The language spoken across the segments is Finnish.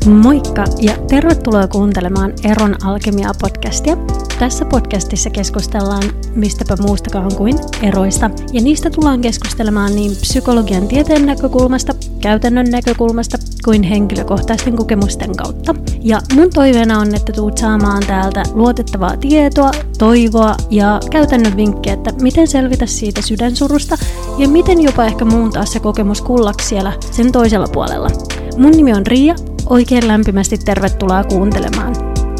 Moikka ja tervetuloa kuuntelemaan Eron Alkemia-podcastia. Tässä podcastissa keskustellaan mistäpä muustakaan kuin eroista. Ja niistä tullaan keskustelemaan niin psykologian tieteen näkökulmasta, käytännön näkökulmasta kuin henkilökohtaisten kokemusten kautta. Ja mun toiveena on, että tuut saamaan täältä luotettavaa tietoa, toivoa ja käytännön vinkkejä, että miten selvitä siitä sydänsurusta ja miten jopa ehkä muuntaa se kokemus kullaksi siellä sen toisella puolella. Mun nimi on Riia. Oikein lämpimästi tervetuloa kuuntelemaan.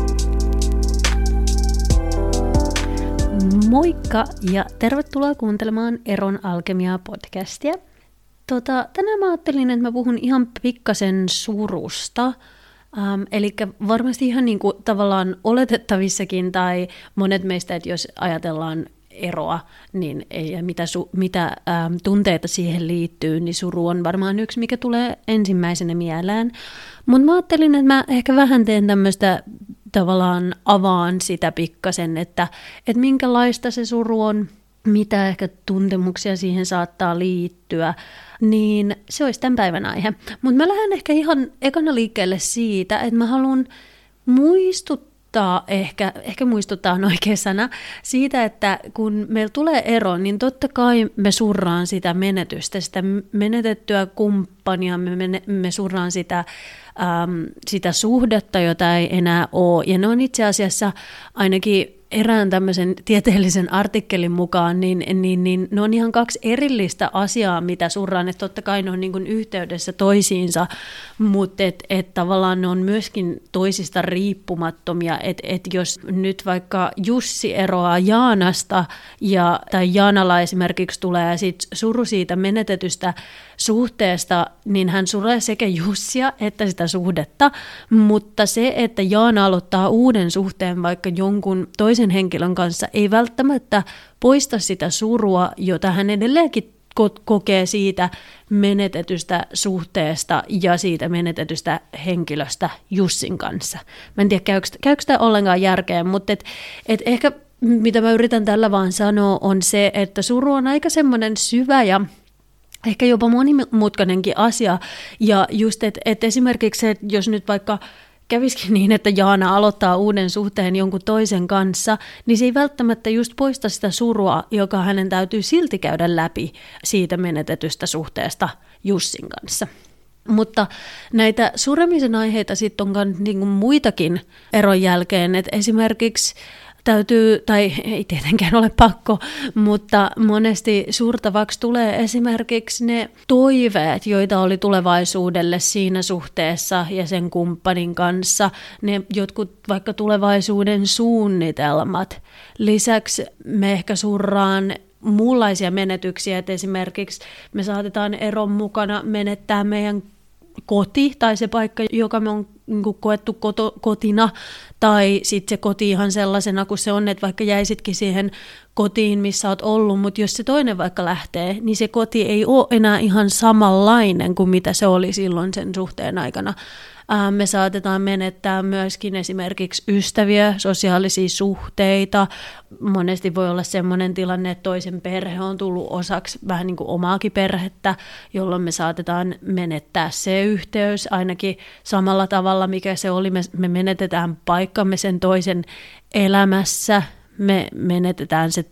Moikka ja tervetuloa kuuntelemaan Eron Alkemia-podcastia. Tänään mä ajattelin, että mä puhun ihan pikkasen surusta. Eli varmasti ihan niin kuin tavallaan oletettavissakin, tai monet meistä, että jos ajatellaan eroa, niin mitä tunteita siihen liittyy, niin suru on varmaan yksi, mikä tulee ensimmäisenä mieleen. Mutta mä ajattelin, että mä ehkä vähän teen tämmöistä, tavallaan avaan sitä pikkasen, että minkälaista se suru on, mitä ehkä tuntemuksia siihen saattaa liittyä, niin se olisi tämän päivän aihe. Mutta mä lähden ehkä ihan ekana liikkeelle siitä, että mä haluan ehkä muistuttaa on oikea sana, siitä, että kun meillä tulee ero, niin totta kai me surraan sitä menetystä, sitä menetettyä kumppania, me surraan sitä suhdetta, jota ei enää ole. Ja ne on itse asiassa ainakin erään tämmöisen tieteellisen artikkelin mukaan, niin ne on ihan kaksi erillistä asiaa, mitä surraan, että totta kai ne on niin kuin yhteydessä toisiinsa, mutta tavallaan ne on myöskin toisista riippumattomia, että jos nyt vaikka Jussi eroaa Jaanasta, tai Jaanalla esimerkiksi tulee suru siitä menetetystä suhteesta, niin hän suree sekä Jussia että sitä suhdetta, mutta se, että Jaana aloittaa uuden suhteen vaikka jonkun toisen henkilön kanssa, ei välttämättä poista sitä surua, jota hän edelleenkin kokee siitä menetetystä suhteesta ja siitä menetetystä henkilöstä Jussin kanssa. Mä en tiedä, käykö tämä ollenkaan järkeä, mutta ehkä mitä mä yritän tällä vaan sanoa on se, että suru on aika semmoinen syvä ja ehkä jopa monimutkainenkin asia, ja just, että esimerkiksi se, että jos nyt vaikka kävisikin niin, että Jaana aloittaa uuden suhteen jonkun toisen kanssa, niin se ei välttämättä just poista sitä surua, joka hänen täytyy silti käydä läpi siitä menetetystä suhteesta Jussin kanssa. Mutta näitä suremisen aiheita sitten on niin kuin muitakin eron jälkeen, että esimerkiksi tai ei tietenkään ole pakko, mutta monesti surtavaksi tulee esimerkiksi ne toiveet, joita oli tulevaisuudelle siinä suhteessa ja sen kumppanin kanssa, ne jotkut vaikka tulevaisuuden suunnitelmat. Lisäksi me ehkä surraan muunlaisia menetyksiä, että esimerkiksi me saatetaan eron mukana menettää meidän koti tai se paikka, joka me on koettu kotina, tai sitten se koti ihan sellaisena kuin se on, että vaikka jäisitkin siihen kotiin, missä olet ollut, mutta jos se toinen vaikka lähtee, niin se koti ei ole enää ihan samanlainen kuin mitä se oli silloin sen suhteen aikana. Me saatetaan menettää myöskin esimerkiksi ystäviä, sosiaalisia suhteita. Monesti voi olla sellainen tilanne, että toisen perhe on tullut osaksi vähän niin kuin omaakin perhettä, jolloin me saatetaan menettää se yhteys ainakin samalla tavalla, mikä se oli. Me menetetään paikkamme sen toisen elämässä, me menetetään se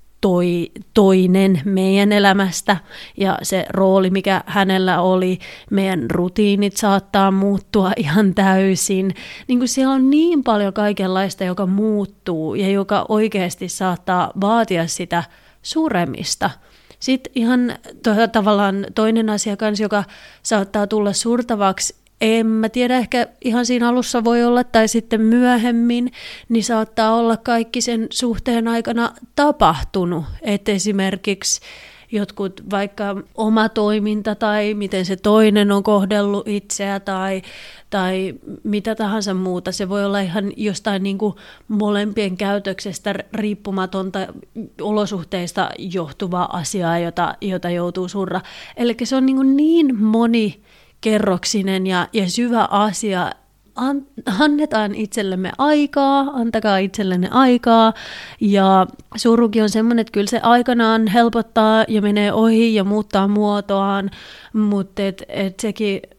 toinen meidän elämästä ja se rooli, mikä hänellä oli, meidän rutiinit saattaa muuttua ihan täysin. Niin kuin siellä on niin paljon kaikenlaista, joka muuttuu ja joka oikeasti saattaa vaatia sitä suremista. Sitten ihan tavallaan toinen asia kanssa, joka saattaa tulla surtavaksi, en mä tiedä, ehkä ihan siinä alussa voi olla tai sitten myöhemmin, niin saattaa olla kaikki sen suhteen aikana tapahtunut. Et esimerkiksi jotkut vaikka oma toiminta tai miten se toinen on kohdellut itseä tai mitä tahansa muuta. Se voi olla ihan jostain niin kuin molempien käytöksestä riippumatonta olosuhteista johtuvaa asiaa, jota joutuu surra. Eli se on niin monikerroksinen ja syvä asia. Annetaan itsellemme aikaa, antakaa itsellenne aikaa, ja surukin on semmoinen, että kyllä se aikanaan helpottaa ja menee ohi ja muuttaa muotoaan, mutta sekin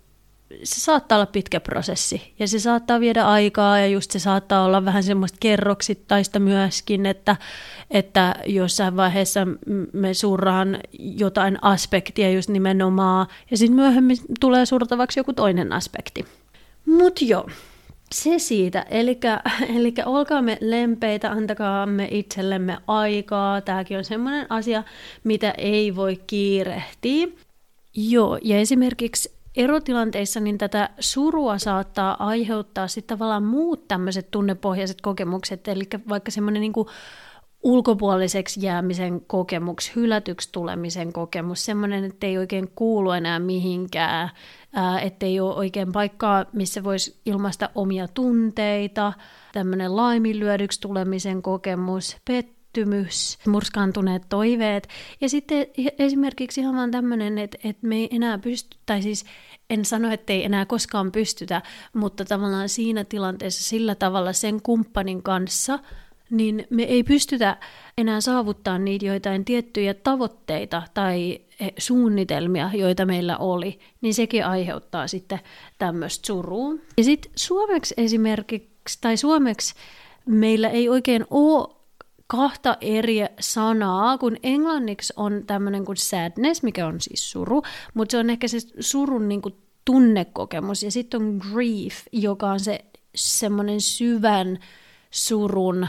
se saattaa olla pitkä prosessi ja se saattaa viedä aikaa ja just se saattaa olla vähän semmoista kerroksittaista myöskin, että jossain vaiheessa me surraan jotain aspektia just nimenomaan ja sitten myöhemmin tulee surtavaksi joku toinen aspekti. Mut joo, se siitä. Eli olkaamme lempeitä, antakaamme itsellemme aikaa. Tämäkin on semmoinen asia, mitä ei voi kiirehtiä. Joo, ja esimerkiksi erotilanteissa niin tätä surua saattaa aiheuttaa sitten tavallaan muut tämmöiset tunnepohjaiset kokemukset, eli vaikka semmoinen niin kuin ulkopuoliseksi jäämisen kokemus, hylätyksi tulemisen kokemus, semmoinen, että ei oikein kuulu enää mihinkään, ettei ole oikein paikkaa, missä voisi ilmaista omia tunteita, tämmöinen laiminlyödyksi tulemisen kokemus, pettymys, murskaantuneet toiveet. Ja sitten esimerkiksi ihan vaan tämmöinen, että me ei enää pysty, tai siis en sano, että ei enää koskaan pystytä, mutta tavallaan siinä tilanteessa sillä tavalla sen kumppanin kanssa, niin me ei pystytä enää saavuttaa niitä joitain tiettyjä tavoitteita tai suunnitelmia, joita meillä oli, niin sekin aiheuttaa sitten tämmöistä surua. Ja sitten suomeksi esimerkiksi, tai suomeksi meillä ei oikein ole kahta eri sanaa, kun englanniksi on tämmöinen kuin sadness, mikä on siis suru, mutta se on ehkä se surun niin kuin tunnekokemus, ja sitten on grief, joka on se semmoinen syvän surun.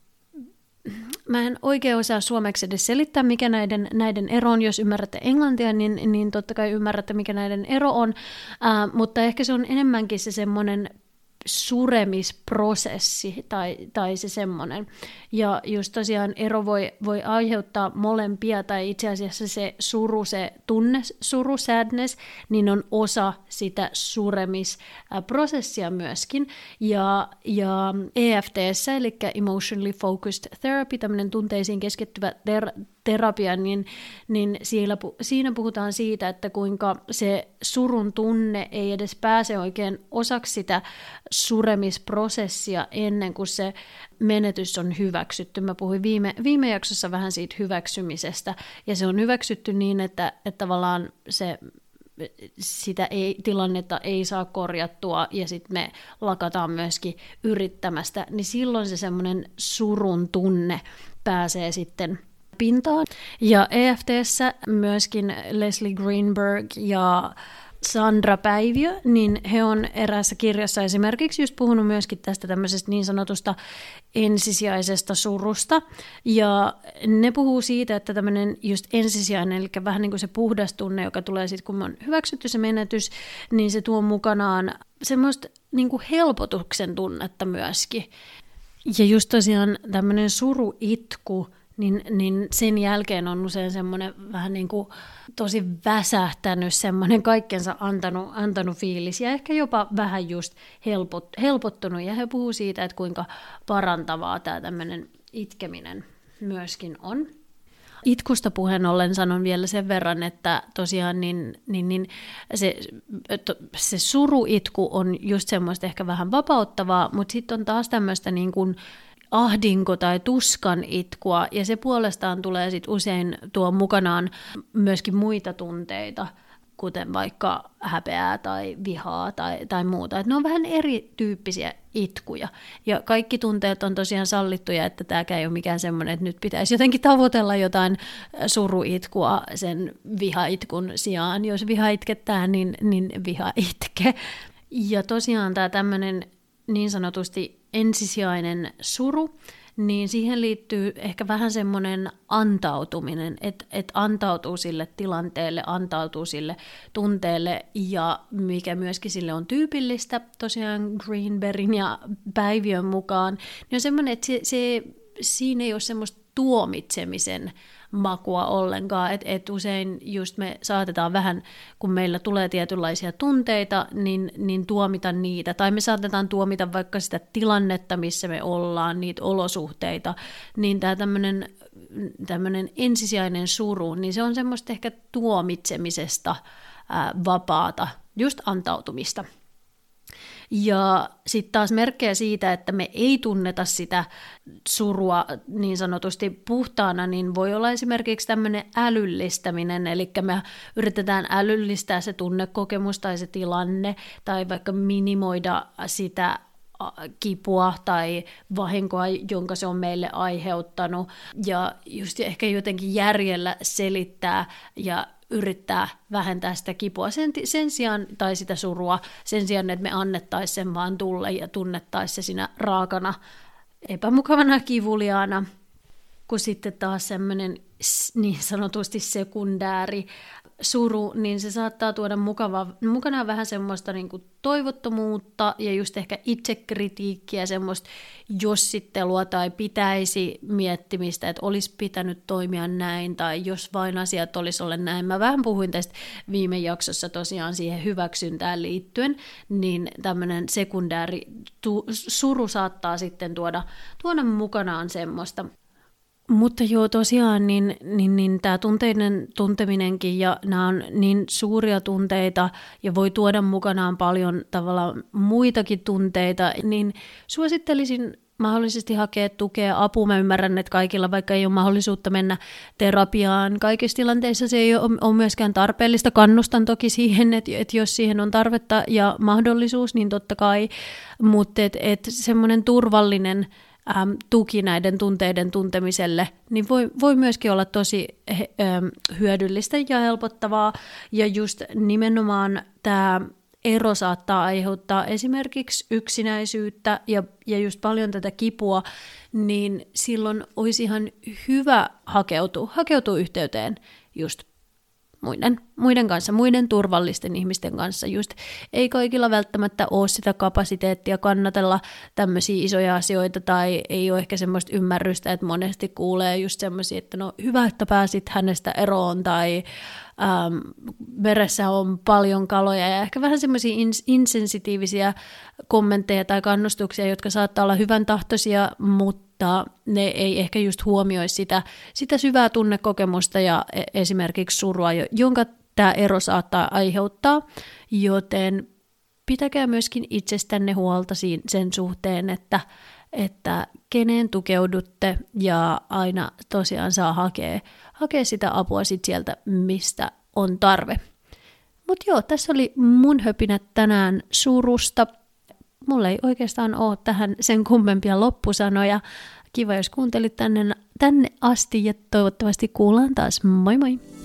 Mä en oikein osaa suomeksi edes selittää, mikä näiden ero on. Jos ymmärrätte englantia, niin totta kai ymmärrätte, mikä näiden ero on, mutta ehkä se on enemmänkin se semmoinen suremisprosessi tai se semmoinen. Ja just tosiaan ero voi aiheuttaa molempia, tai itse asiassa se suru, se tunne, suru, sadness, niin on osa sitä suremisprosessia myöskin. Ja EFT:ssä, eli Emotionally Focused Therapy, tämmöinen tunteisiin keskittyvä terapia, niin siinä puhutaan siitä, että kuinka se surun tunne ei edes pääse oikein osaksi sitä suremisprosessia ennen kuin se menetys on hyväksytty. Mä puhuin viime jaksossa vähän siitä hyväksymisestä, ja se on hyväksytty niin, että tavallaan tilannetta ei saa korjattua, ja sitten me lakataan myöskin yrittämästä, niin silloin se semmoinen surun tunne pääsee sitten pintaan. Ja EFT:ssä myöskin Leslie Greenberg ja Sandra Päiviö, niin he on eräässä kirjassa esimerkiksi just puhunut myöskin tästä tämmöisestä niin sanotusta ensisijaisesta surusta, ja ne puhuu siitä, että tämmöinen just ensisijainen, eli vähän niin kuin se puhdas tunne, joka tulee sitten, kun on hyväksytty se menetys, niin se tuo mukanaan semmoista niin kuin helpotuksen tunnetta myöskin. Ja just tosiaan tämmöinen suruitku, niin sen jälkeen on usein semmoinen vähän niin kuin tosi väsähtänyt, semmoinen kaikkensa antanut fiilis ja ehkä jopa vähän just helpottunut. Ja he puhuu siitä, että kuinka parantavaa tämä tämmöinen itkeminen myöskin on. Itkusta puheen ollen sanon vielä sen verran, että tosiaan se suruitku on just semmoista ehkä vähän vapauttavaa, mutta sitten on taas tämmöistä niin kuin ahdinko tai tuskan itkua, ja se puolestaan tulee sit usein tuo mukanaan myöskin muita tunteita, kuten vaikka häpeää tai vihaa tai muuta. Et ne on vähän erityyppisiä itkuja, ja kaikki tunteet on tosiaan sallittuja, että tämäkään ei ole mikään semmoinen, että nyt pitäisi jotenkin tavoitella jotain suruitkua sen vihaitkun sijaan. Jos viha itkettää, niin viha itke. Ja tosiaan tämä tämmöinen niin sanotusti ensisijainen suru, niin siihen liittyy ehkä vähän semmoinen antautuminen, että antautuu sille tilanteelle, antautuu sille tunteelle, ja mikä myöskin sille on tyypillistä tosiaan Greenbergin ja Päiviön mukaan, niin on semmoinen, että siinä ei ole semmoista tuomitsemisen makua ollenkaan, että usein just me saatetaan vähän, kun meillä tulee tietynlaisia tunteita, niin tuomita niitä, tai me saatetaan tuomita vaikka sitä tilannetta, missä me ollaan, niitä olosuhteita, niin tämä tämmöinen ensisijainen suru, niin se on semmoista ehkä tuomitsemisesta vapaata, just antautumista. Ja sitten taas merkkejä siitä, että me ei tunneta sitä surua niin sanotusti puhtaana, niin voi olla esimerkiksi tämmöinen älyllistäminen, eli me yritetään älyllistää se tunnekokemus tai se tilanne, tai vaikka minimoida sitä kipua tai vahinkoa, jonka se on meille aiheuttanut, ja just ehkä jotenkin järjellä selittää ja yrittää vähentää sitä kipua sen sijaan, tai sitä surua, sen sijaan, että me annettaisiin sen vaan tulla ja tunnettaisiin se siinä raakana, epämukavana kivuliaana, kun sitten taas semmoinen niin sanotusti sekundääri suru, niin se saattaa tuoda mukanaan vähän semmoista niin kuin toivottomuutta ja just ehkä itsekritiikkiä, semmoista jossittelua tai pitäisi miettimistä, että olisi pitänyt toimia näin tai jos vain asiat olisi olleet näin. Mä vähän puhuin tästä viime jaksossa tosiaan siihen hyväksyntään liittyen, niin tämmöinen sekundääri suru saattaa sitten tuoda mukanaan semmoista. Mutta joo, tosiaan, niin tämä tunteiden tunteminenkin, ja nämä on niin suuria tunteita, ja voi tuoda mukanaan paljon tavallaan muitakin tunteita, niin suosittelisin mahdollisesti hakea tukea, apua. Mä ymmärrän, että kaikilla vaikka ei ole mahdollisuutta mennä terapiaan. Kaikissa tilanteissa se ei ole myöskään tarpeellista. Kannustan toki siihen, että jos siihen on tarvetta ja mahdollisuus, niin totta kai, mutta semmoinen turvallinen tuki näiden tunteiden tuntemiselle, niin voi myöskin olla tosi hyödyllistä ja helpottavaa, ja just nimenomaan tämä ero saattaa aiheuttaa esimerkiksi yksinäisyyttä ja just paljon tätä kipua, niin silloin olisi ihan hyvä hakeutua yhteyteen just muiden kanssa, muiden turvallisten ihmisten kanssa. Just ei kaikilla välttämättä ole sitä kapasiteettia kannatella tämmöisiä isoja asioita, tai ei ole ehkä semmoista ymmärrystä, että monesti kuulee just semmoisia, että no hyvä, että pääsit hänestä eroon, tai veressä on paljon kaloja, ja ehkä vähän semmoisia insensitiivisiä kommentteja tai kannustuksia, jotka saattaa olla hyvän tahtoisia, mutta ne ei ehkä just huomioi sitä syvää tunnekokemusta ja esimerkiksi surua, jonka tämä ero saattaa aiheuttaa, joten pitäkää myöskin itsestänne huolta sen suhteen, että keneen tukeudutte, ja aina tosiaan saa hakea sitä apua sit sieltä, mistä on tarve. Mutta joo, tässä oli mun höpinät tänään surusta. Mulla ei oikeastaan ole tähän sen kummempia loppusanoja. Kiva, jos kuuntelit tänne asti, ja toivottavasti kuullaan taas. Moi moi!